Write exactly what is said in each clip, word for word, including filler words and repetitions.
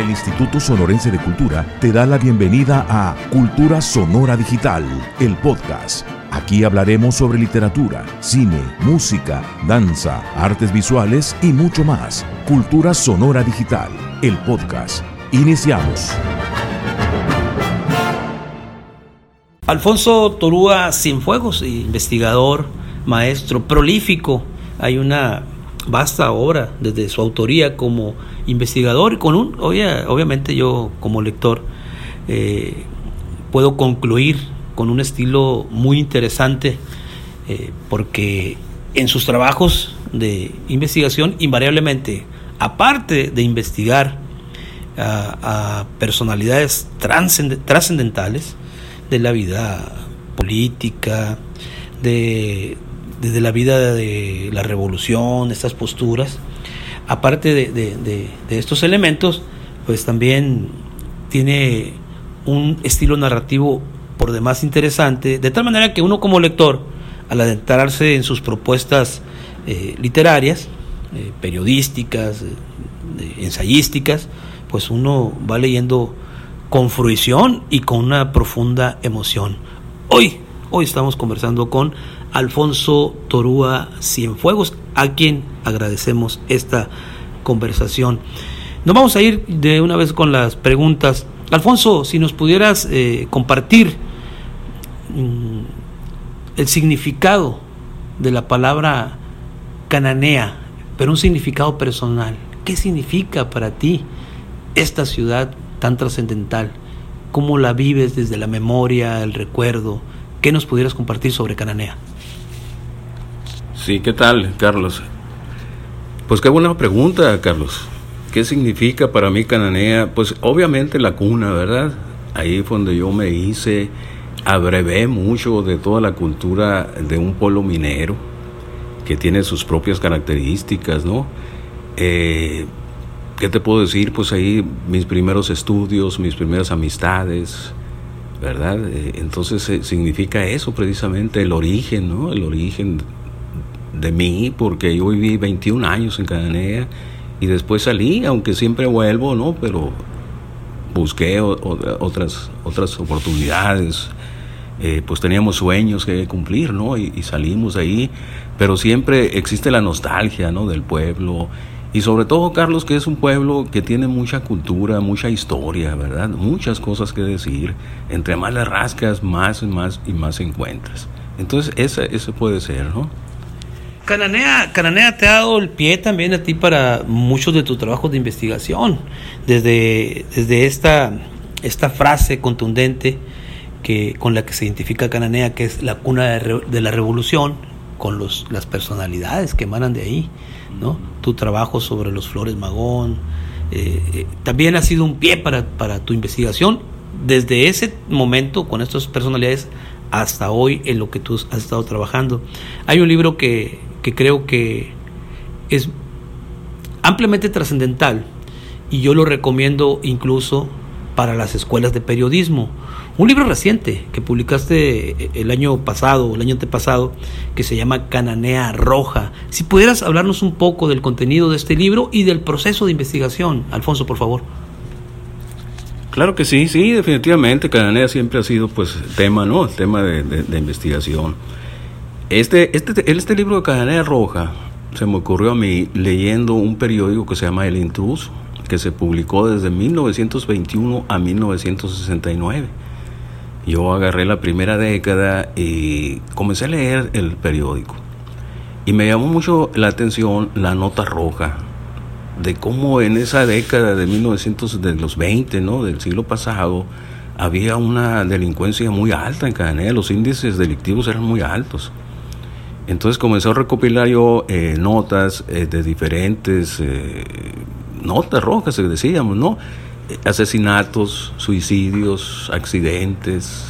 El Instituto Sonorense de Cultura te da la bienvenida a Cultura Sonora Digital, el podcast. Aquí hablaremos sobre literatura, cine, música, danza, artes visuales y mucho más. Cultura Sonora Digital, el podcast. Iniciamos. Alfonso Torúa Cienfuegos, investigador, maestro, prolífico. Hay una vasta obra desde su autoría como investigador y con un, obvia, obviamente yo como lector eh, puedo concluir con un estilo muy interesante eh, porque en sus trabajos de investigación invariablemente, aparte de investigar a, a personalidades trascendentales de la vida política, de desde la vida de la revolución, estas posturas, aparte de, de, de, de estos elementos, pues también tiene un estilo narrativo por demás interesante, de tal manera que uno como lector, al adentrarse en sus propuestas eh, literarias, eh, periodísticas, eh, ensayísticas, pues uno va leyendo con fruición y con una profunda emoción. Hoy, hoy estamos conversando con Alfonso Torúa Cienfuegos, a quien agradecemos esta conversación. Nos vamos a ir de una vez con las preguntas. Alfonso, si nos pudieras eh, compartir mmm, el significado de la palabra cananea, pero un significado personal. ¿Qué significa para ti esta ciudad tan trascendental? ¿Cómo la vives desde la memoria, el recuerdo? ¿Qué nos pudieras compartir sobre Cananea? Sí, ¿qué tal, Carlos? Pues qué buena pregunta, Carlos. ¿Qué significa para mí Cananea? Pues obviamente la cuna, ¿verdad? Ahí fue donde yo me hice, abrevé mucho de toda la cultura de un pueblo minero que tiene sus propias características, ¿no? Eh, ¿Qué te puedo decir? Pues ahí mis primeros estudios, mis primeras amistades, ¿verdad? Eh, entonces eh, significa eso precisamente, el origen, ¿no? El origen de mí, porque yo viví veintiún años en Cananea y después salí, aunque siempre vuelvo, ¿no? Pero busqué o, o, otras otras oportunidades, eh, pues teníamos sueños que cumplir, ¿no? Y, y salimos ahí, pero siempre existe la nostalgia, ¿no? Del pueblo. Y sobre todo, Carlos, que es un pueblo que tiene mucha cultura, mucha historia, ¿verdad? Muchas cosas que decir. Entre más le rascas, más y más y más encuentras. Entonces, ese, ese puede ser, ¿no? Cananea, Cananea te ha dado el pie también a ti para muchos de tus trabajos de investigación. Desde, desde esta, esta frase contundente que, con la que se identifica Cananea, que es la cuna de, re, de la revolución, con los, las personalidades que emanan de ahí, ¿no? Tu trabajo sobre los Flores Magón eh, eh, también ha sido un pie para, para tu investigación desde ese momento con estas personalidades hasta hoy en lo que tú has estado trabajando. Hay un libro que, que creo que es ampliamente trascendental y yo lo recomiendo incluso para las escuelas de periodismo. Un libro reciente que publicaste el año pasado, el año antepasado, que se llama Cananea Roja. Si pudieras hablarnos un poco del contenido de este libro y del proceso de investigación, Alfonso, por favor. Claro que sí, sí, definitivamente. Cananea siempre ha sido, pues, tema, ¿no? El tema de, de, de investigación. Este, este, este libro de Cananea Roja se me ocurrió a mí leyendo un periódico que se llama El Intruso, que se publicó desde mil novecientos veintiuno a mil novecientos sesenta y nueve. Yo agarré la primera década y comencé a leer el periódico. Y me llamó mucho la atención la nota roja, de cómo en esa década de mil novecientos, de los veinte, ¿no? Del siglo pasado, había una delincuencia muy alta en Cananea, los índices delictivos eran muy altos. Entonces comencé a recopilar yo eh, notas eh, de diferentes, eh, notas rojas, decíamos, ¿no? Asesinatos, suicidios, accidentes,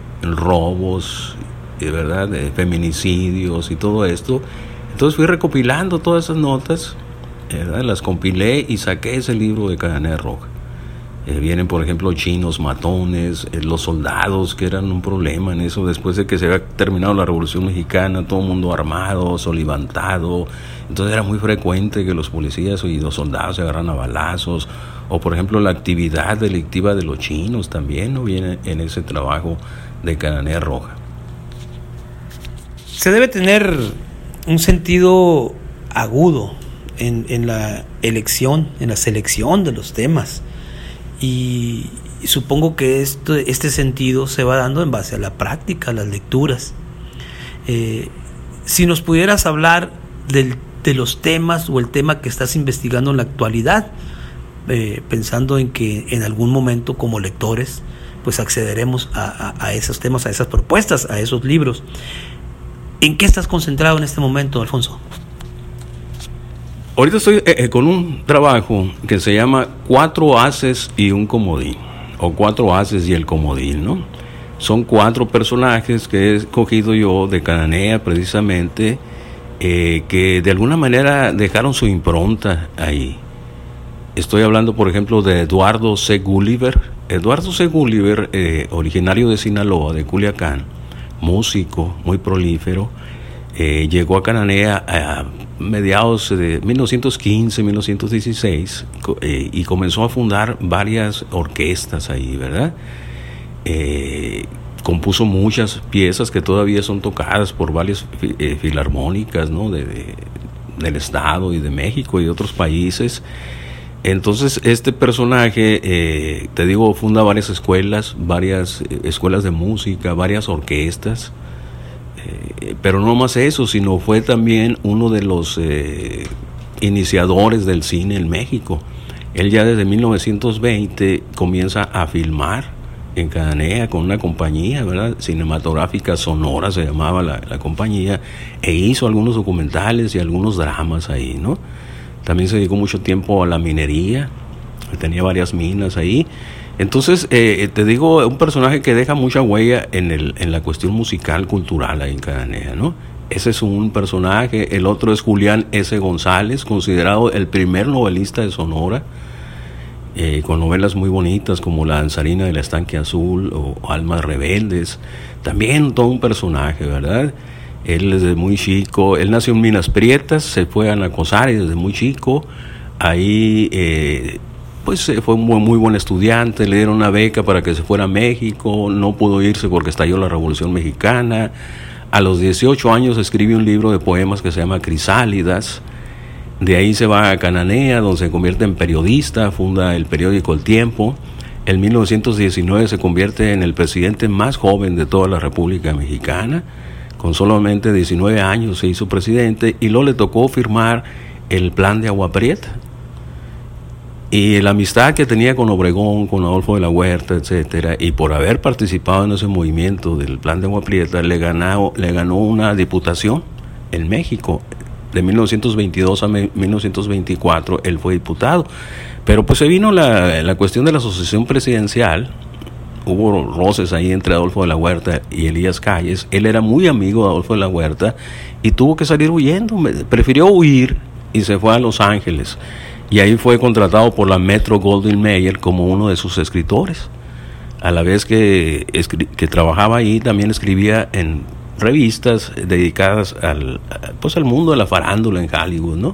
robos, ¿verdad? Eh, feminicidios y todo esto. Entonces fui recopilando todas esas notas, ¿verdad? Las compilé y saqué ese libro de Cananea Roja. Eh, vienen, por ejemplo, chinos, matones, eh, los soldados, que eran un problema en eso, después de que se había terminado la Revolución Mexicana, todo el mundo armado, solivantado. Entonces era muy frecuente que los policías y los soldados se agarran a balazos, O por ejemplo la actividad delictiva de los chinos también no viene en ese trabajo de Cananea Roja. Se debe tener un sentido agudo en, en la elección, en la selección de los temas, y, y supongo que esto, este sentido se va dando en base a la práctica, a las lecturas. Eh, si nos pudieras hablar del, de los temas o el tema que estás investigando en la actualidad, eh, pensando en que en algún momento como lectores pues accederemos a, a, a esos temas, a esas propuestas, a esos libros. ¿En qué estás concentrado en este momento, Alfonso? Ahorita estoy eh, con un trabajo que se llama Cuatro Haces y un Comodín, o Cuatro Haces y el Comodín, ¿no? Son cuatro personajes que he escogido yo de Cananea precisamente, eh, que de alguna manera dejaron su impronta ahí. Estoy hablando, por ejemplo, de Eduardo C. Gulliver. Eduardo C. Gulliver, eh, originario de Sinaloa, de Culiacán, músico muy prolífero, eh, llegó a Cananea a mediados de mil novecientos quince, mil novecientos dieciséis, eh, y comenzó a fundar varias orquestas ahí, ¿verdad? Eh, compuso muchas piezas que todavía son tocadas por varias eh, filarmónicas, ¿no? de, de, del Estado y de México y de otros países. Entonces este personaje, eh, te digo, funda varias escuelas, varias eh, escuelas de música, varias orquestas, eh, pero no más eso, sino fue también uno de los eh, iniciadores del cine en México. Él ya desde mil novecientos veinte comienza a filmar en Cananea con una compañía, ¿verdad? Cinematográfica Sonora se llamaba la, la compañía, e hizo algunos documentales y algunos dramas ahí, ¿no? También se dedicó mucho tiempo a la minería, tenía varias minas ahí. Entonces, eh, te digo, un personaje que deja mucha huella en, el, en la cuestión musical, cultural ahí en Cananea, ¿no? Ese es un personaje. El otro es Julián S. González, considerado el primer novelista de Sonora, eh, con novelas muy bonitas como La danzarina del estanque azul o Almas rebeldes. También todo un personaje, ¿verdad? Él desde muy chico, él nació en Minas Prietas, se fue a Nacosari desde muy chico, ahí eh, pues fue un muy, muy buen estudiante, le dieron una beca para que se fuera a México, no pudo irse porque estalló la Revolución Mexicana. A los dieciocho años escribe un libro de poemas que se llama Crisálidas, de ahí se va a Cananea, donde se convierte en periodista, funda el periódico El Tiempo. En mil novecientos diecinueve se convierte en el presidente más joven de toda la República Mexicana. Con solamente diecinueve años se hizo presidente y luego le tocó firmar el plan de Agua Prieta. Y la amistad que tenía con Obregón, con Adolfo de la Huerta, etcétera, y por haber participado en ese movimiento del plan de Agua Prieta, le ganó, le ganó una diputación en México. De mil novecientos veintidós a mil novecientos veinticuatro él fue diputado. Pero pues se vino la, la cuestión de la asociación presidencial. Hubo roces ahí entre Adolfo de la Huerta y Elías Calles. Él era muy amigo de Adolfo de la Huerta y tuvo que salir huyendo. Prefirió huir y se fue a Los Ángeles. Y ahí fue contratado por la Metro Goldwyn Mayer como uno de sus escritores. A la vez que, que trabajaba ahí, también escribía en revistas dedicadas al, pues al mundo de la farándula en Hollywood, ¿no?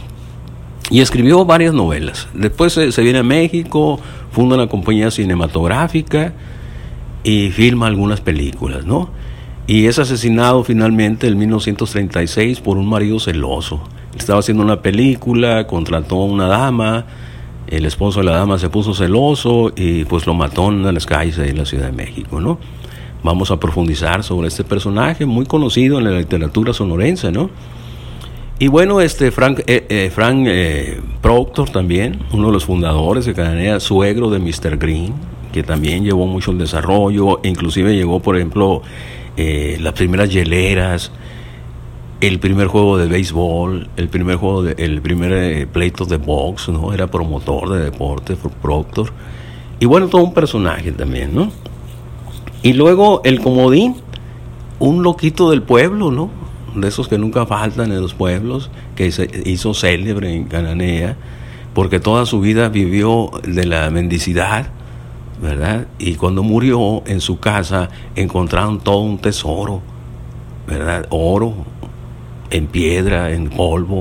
Y escribió varias novelas. Después se, se viene a México, funda una compañía cinematográfica y filma algunas películas, ¿no? Y es asesinado finalmente en mil novecientos treinta y seis por un marido celoso. Estaba haciendo una película, contrató a una dama, el esposo de la dama se puso celoso y pues lo mató en las calles de la Ciudad de México, ¿no? Vamos a profundizar sobre este personaje muy conocido en la literatura sonorense, ¿no? Y bueno, este Frank, eh, eh, Frank eh, Proctor también, uno de los fundadores de Cananea, suegro de mister Green, que también llevó mucho el desarrollo, inclusive llegó, por ejemplo, eh, las primeras hieleras, el primer juego de béisbol, el primer juego, de, el primer eh, pleito de box, ¿no? Era promotor de deporte, Proctor. Y bueno, todo un personaje también, ¿no? Y luego el comodín, un loquito del pueblo, ¿no? De esos que nunca faltan en los pueblos, que se hizo célebre en Cananea, porque toda su vida vivió de la mendicidad, ¿verdad? Y cuando murió en su casa encontraron todo un tesoro, ¿verdad? Oro, en piedra, en polvo,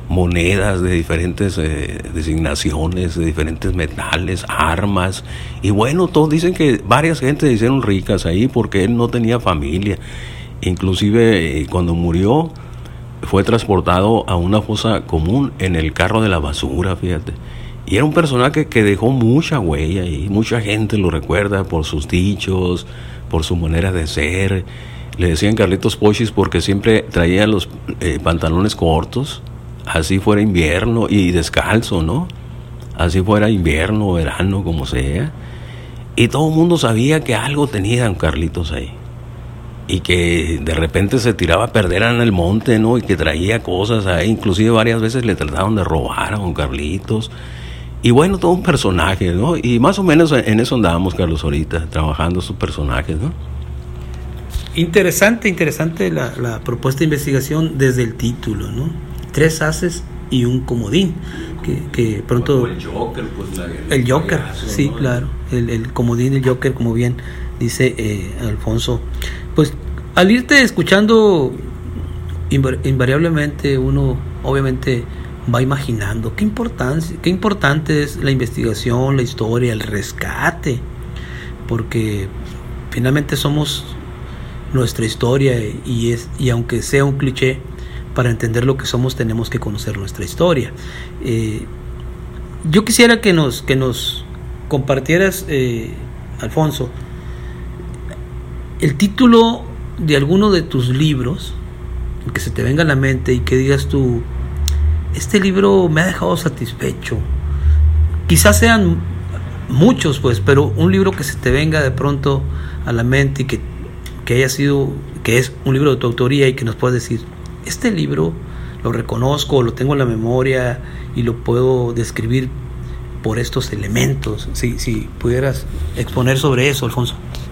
monedas de diferentes eh, designaciones, de diferentes metales, armas, y bueno, todos dicen que varias gentes se hicieron ricas ahí porque él no tenía familia. Inclusive eh, cuando murió fue transportado a una fosa común en el carro de la basura, fíjate. Y era un personaje que dejó mucha huella y mucha gente lo recuerda por sus dichos, por su manera de ser. Le decían Carlitos Pochis porque siempre traía los eh, pantalones cortos, así fuera invierno, y descalzo, ¿no? Así fuera invierno, verano, como sea. Y todo el mundo sabía que algo tenía don Carlitos ahí. Y que de repente se tiraba a perder en el monte, ¿no? Y que traía cosas ahí. Inclusive varias veces le trataron de robar a don Carlitos. Y bueno, todo un personaje, ¿no? Y más o menos en eso andábamos, Carlos, ahorita, trabajando sus personajes, ¿no? Interesante, interesante la, la propuesta de investigación desde el título, ¿no? Tres haces y un comodín, que, que pronto... El Joker, pues la, el Joker, sí, ¿no? Claro, el, el comodín, el Joker, como bien dice eh, Alfonso. Pues al irte escuchando, invariablemente uno obviamente va imaginando qué importancia, qué importante es la investigación, la historia, el rescate, porque finalmente somos nuestra historia y es y aunque sea un cliché, para entender lo que somos tenemos que conocer nuestra historia. Eh, yo quisiera que nos que nos compartieras, eh, Alfonso, el título de alguno de tus libros, que se te venga a la mente y que digas tú, este libro me ha dejado satisfecho. Quizás sean muchos, pues, pero un libro que se te venga de pronto a la mente y que, que haya sido, que es un libro de tu autoría y que nos puedas decir, este libro lo reconozco, lo tengo en la memoria y lo puedo describir por estos elementos. Si, si pudieras exponer sobre eso, Alfonso.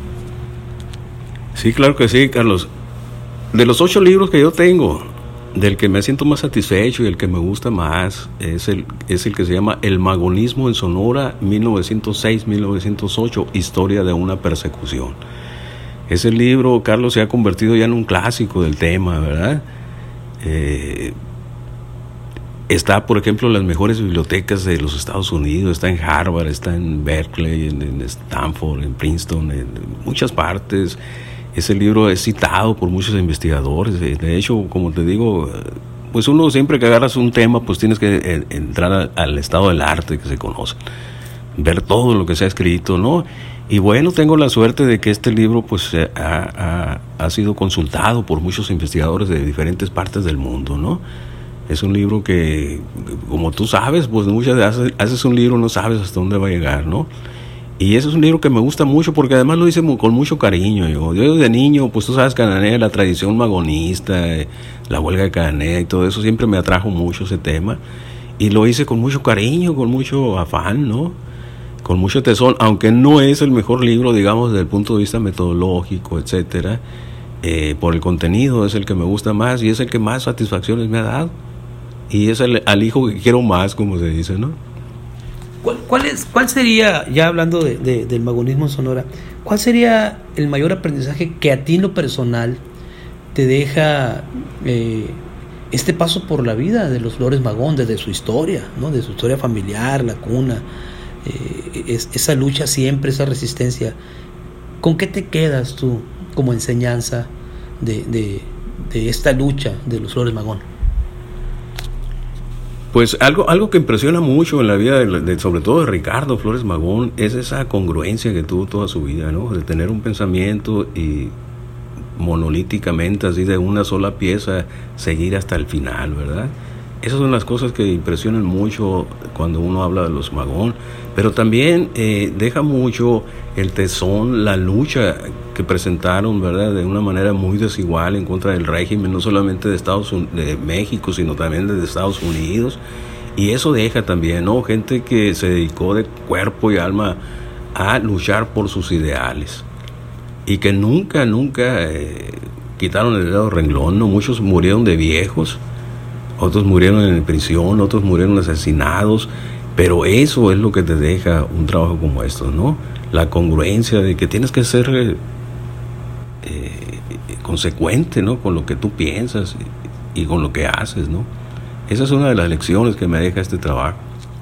Sí, claro que sí, Carlos. De los ocho libros que yo tengo, del que me siento más satisfecho y el que me gusta más es el, es el que se llama El Magonismo en Sonora, mil novecientos seis a mil novecientos ocho, Historia de una persecución. Ese libro, Carlos, se ha convertido ya en un clásico del tema, ¿verdad? Eh, está, por ejemplo, en las mejores bibliotecas de los Estados Unidos, está en Harvard, está en Berkeley, en, en Stanford, en Princeton, en, en muchas partes. Ese libro es citado por muchos investigadores. De hecho, como te digo, pues uno siempre que agarras un tema, pues tienes que entrar a, al estado del arte que se conoce, ver todo lo que se ha escrito, ¿no? Y bueno, tengo la suerte de que este libro pues ha, ha, ha sido consultado por muchos investigadores de diferentes partes del mundo, ¿no? Es un libro que, como tú sabes, pues muchas veces haces un libro, no sabes hasta dónde va a llegar, ¿no? Y ese es un libro que me gusta mucho porque además lo hice muy, con mucho cariño. Yo, yo de niño, pues tú sabes, Cananea, la tradición magonista, eh, la huelga de Cananea y todo eso, siempre me atrajo mucho ese tema. Y lo hice con mucho cariño, con mucho afán, ¿no? Con mucho tesón, aunque no es el mejor libro, digamos, desde el punto de vista metodológico, etcétera. Eh, por el contenido es el que me gusta más y es el que más satisfacciones me ha dado. Y es el, al hijo que quiero más, como se dice, ¿no? ¿Cuál, cuál, es, ¿Cuál sería, ya hablando de, de, del magonismo en Sonora, cuál sería el mayor aprendizaje que a ti en lo personal te deja eh, este paso por la vida de los Flores Magón, desde su historia, ¿no? De su historia familiar, la cuna, eh, es, esa lucha siempre, esa resistencia? ¿Con qué te quedas tú como enseñanza de, de, de esta lucha de los Flores Magón? Pues algo, algo que impresiona mucho en la vida, de, de, sobre todo de Ricardo Flores Magón, es esa congruencia que tuvo toda su vida, ¿no? De tener un pensamiento y monolíticamente, así de una sola pieza, seguir hasta el final, ¿verdad? Esas son las cosas que impresionan mucho cuando uno habla de los Magón, pero también eh, deja mucho el tesón, la lucha que presentaron, ¿verdad? De una manera muy desigual en contra del régimen, no solamente de Estados Unidos, de México, sino también de Estados Unidos. Y eso deja también, ¿no? Gente que se dedicó de cuerpo y alma a luchar por sus ideales y que nunca, nunca eh, quitaron el dedo renglón, ¿no? Muchos murieron de viejos, otros murieron en prisión, otros murieron asesinados, pero eso es lo que te deja un trabajo como esto, ¿no? La congruencia de que tienes que ser eh, eh, consecuente, ¿no? Con lo que tú piensas y, y con lo que haces, ¿no? Esa es una de las lecciones que me deja este trabajo.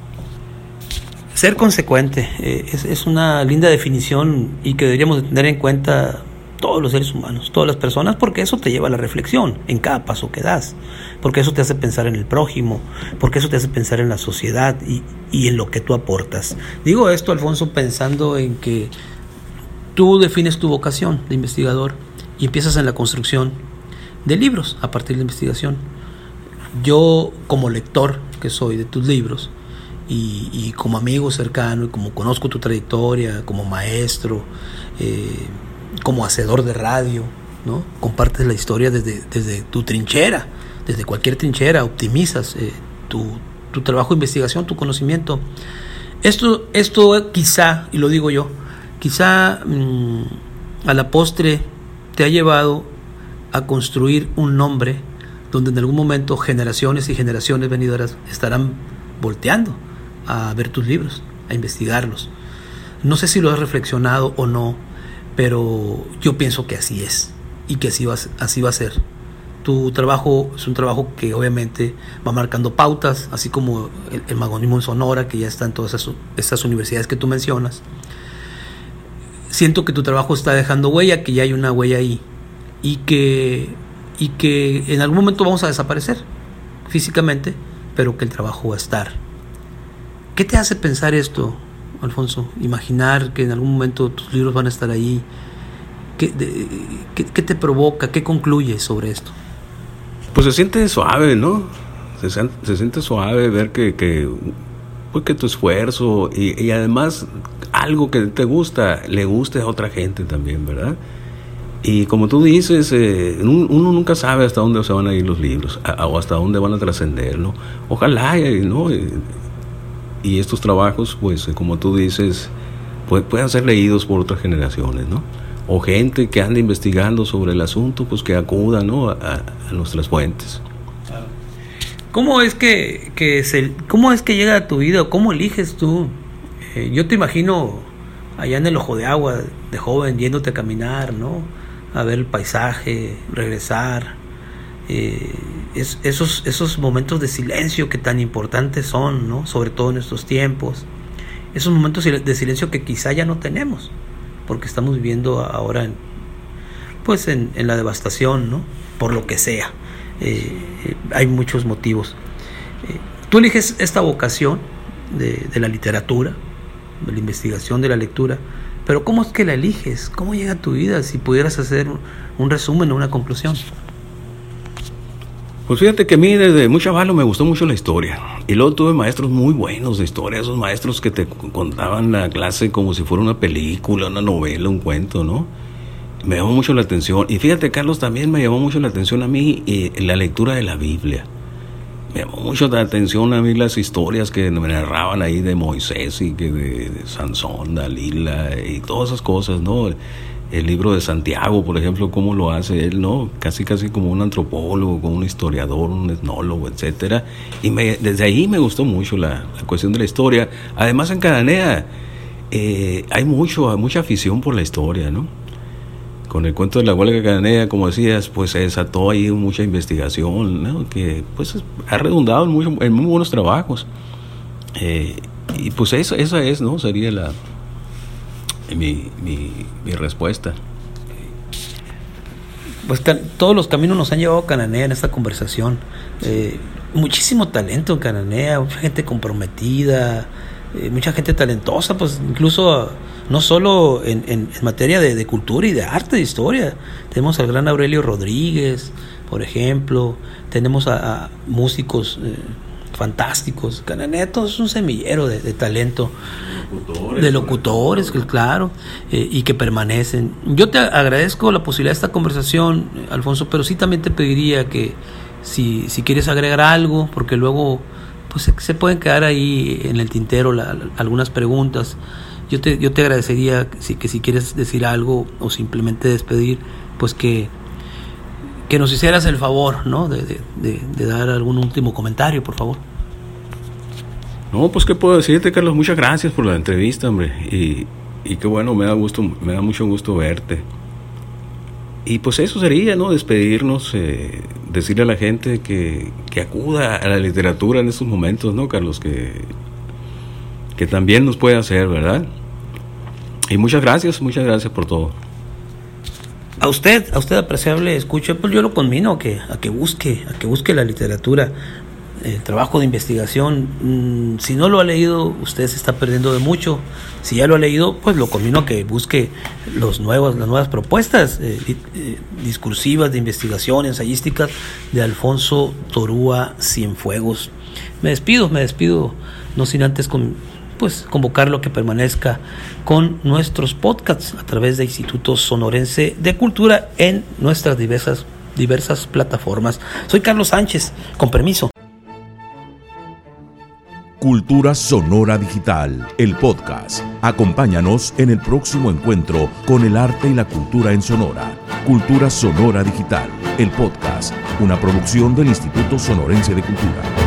Ser consecuente eh, es, es una linda definición y que deberíamos de tener en cuenta todos los seres humanos, todas las personas, porque eso te lleva a la reflexión en cada paso que das, porque eso te hace pensar en el prójimo, porque eso te hace pensar en la sociedad y, y en lo que tú aportas. Digo esto, Alfonso, pensando en que tú defines tu vocación de investigador y empiezas en la construcción de libros a partir de la investigación. Yo, como lector que soy de tus libros, y, y como amigo cercano, y como conozco tu trayectoria, como maestro, eh, como hacedor de radio, ¿no? Compartes la historia desde, desde tu trinchera, desde cualquier trinchera, optimizas eh, tu, tu trabajo de investigación, tu conocimiento. Esto, esto quizá, y lo digo yo, quizá mmm, a la postre te ha llevado a construir un nombre donde en algún momento generaciones y generaciones venideras estarán volteando a ver tus libros, a investigarlos. No sé si lo has reflexionado o no, pero yo pienso que así es y que así va, así va a ser. Tu trabajo es un trabajo que obviamente va marcando pautas, así como el, el magonismo en Sonora, que ya está en todas esas, esas universidades que tú mencionas. Siento que tu trabajo está dejando huella, que ya hay una huella ahí y que, y que en algún momento vamos a desaparecer físicamente, pero que el trabajo va a estar. ¿Qué te hace pensar esto, Alfonso? Imaginar que en algún momento tus libros van a estar ahí. ¿Qué, de, qué, qué te provoca? ¿Qué concluyes sobre esto? Pues se siente suave, ¿no? Se, se siente suave ver que, que, pues que tu esfuerzo y, y además algo que te gusta, le guste a otra gente también, ¿verdad? Y como tú dices, eh, uno nunca sabe hasta dónde se van a ir los libros a, o hasta dónde van a trascender, ¿no? Ojalá, ¿no? Y estos trabajos, pues, como tú dices, pues, puedan ser leídos por otras generaciones, ¿no? O gente que ande investigando sobre el asunto, pues que acuda, ¿no? a, a nuestras fuentes. ¿Cómo es que, que se, cómo es que llega a tu vida? ¿Cómo eliges tú? Eh, yo te imagino allá en el Ojo de Agua, de joven, yéndote a caminar, ¿no? A ver el paisaje, regresar. Eh, es, esos, esos momentos de silencio que tan importantes son, ¿no? Sobre todo en estos tiempos. Esos momentos de silencio que quizá ya no tenemos, porque estamos viviendo ahora en, pues en, en la devastación, ¿no? Por lo que sea. Eh, eh, hay muchos motivos. Eh, tú eliges esta vocación de, de la literatura, de la investigación, de la lectura, pero ¿cómo es que la eliges? ¿Cómo llega a tu vida? Si pudieras hacer un resumen o una conclusión. Pues fíjate que a mí desde muy chavalo me gustó mucho la historia. Y luego tuve maestros muy buenos de historia, esos maestros que te contaban la clase como si fuera una película, una novela, un cuento, ¿no? Me llamó mucho la atención. Y fíjate, Carlos, también me llamó mucho la atención a mí eh, la lectura de la Biblia. Me llamó mucho la atención a mí las historias que me narraban ahí de Moisés y que de, de Sansón, Dalila y todas esas cosas, ¿no? El libro de Santiago, por ejemplo, cómo lo hace él, ¿no? Casi casi como un antropólogo, como un historiador, un etnólogo, etcétera. Y me, desde ahí me gustó mucho la, la cuestión de la historia. Además, en Cananea eh, hay mucho, hay mucha afición por la historia, ¿no? Con el cuento de la huelga de Cananea, como decías, pues se desató ahí mucha investigación, ¿no? Que pues ha redundado en, mucho, en muy buenos trabajos. Eh, y pues eso, esa es, ¿no? Sería la mi, mi, mi respuesta. Pues can, todos los caminos nos han llevado a Cananea en esta conversación. Eh, muchísimo talento en Cananea, mucha gente comprometida, eh, mucha gente talentosa, pues incluso no solo en, en, en materia de, de cultura y de arte, de historia. Tenemos al gran Aurelio Rodríguez, por ejemplo, tenemos a, a músicos eh, fantásticos. Cananea todo es un semillero de, de talento, locutores, de locutores, que, claro, eh, y que permanecen. Yo te agradezco la posibilidad de esta conversación, Alfonso, pero sí también te pediría que si, si quieres agregar algo, porque luego pues se, se pueden quedar ahí en el tintero la, la, algunas preguntas. Yo te, yo te agradecería si, que si quieres decir algo o simplemente despedir, pues que, que nos hicieras el favor, ¿no? De, de, de, de dar algún último comentario, por favor. No, pues qué puedo decirte, Carlos, muchas gracias por la entrevista, hombre, y, y qué bueno, me da gusto, me da mucho gusto verte. y pues eso sería, ¿no? Despedirnos, eh, decirle a la gente que, que acuda a la literatura en estos momentos, ¿no, Carlos? Que, que también nos puede hacer, ¿verdad? Y muchas gracias, muchas gracias por todo. A usted, a usted apreciable escucha, pues yo lo conmino a que, a que busque, a que busque la literatura, el trabajo de investigación. Mm, si no lo ha leído, usted se está perdiendo de mucho. Si ya lo ha leído, pues lo conmino a que busque los nuevos, las nuevas propuestas eh, eh, discursivas de investigación, ensayísticas de Alfonso Torúa Cienfuegos. Me despido, me despido, no sin antes con, pues, convocarlo a que permanezca con nuestros podcasts a través de Instituto Sonorense de Cultura en nuestras diversas, diversas plataformas. Soy Carlos Sánchez, con permiso. Cultura Sonora Digital, el podcast. Acompáñanos en el próximo encuentro con el arte y la cultura en Sonora. Cultura Sonora Digital, el podcast, una producción del Instituto Sonorense de Cultura.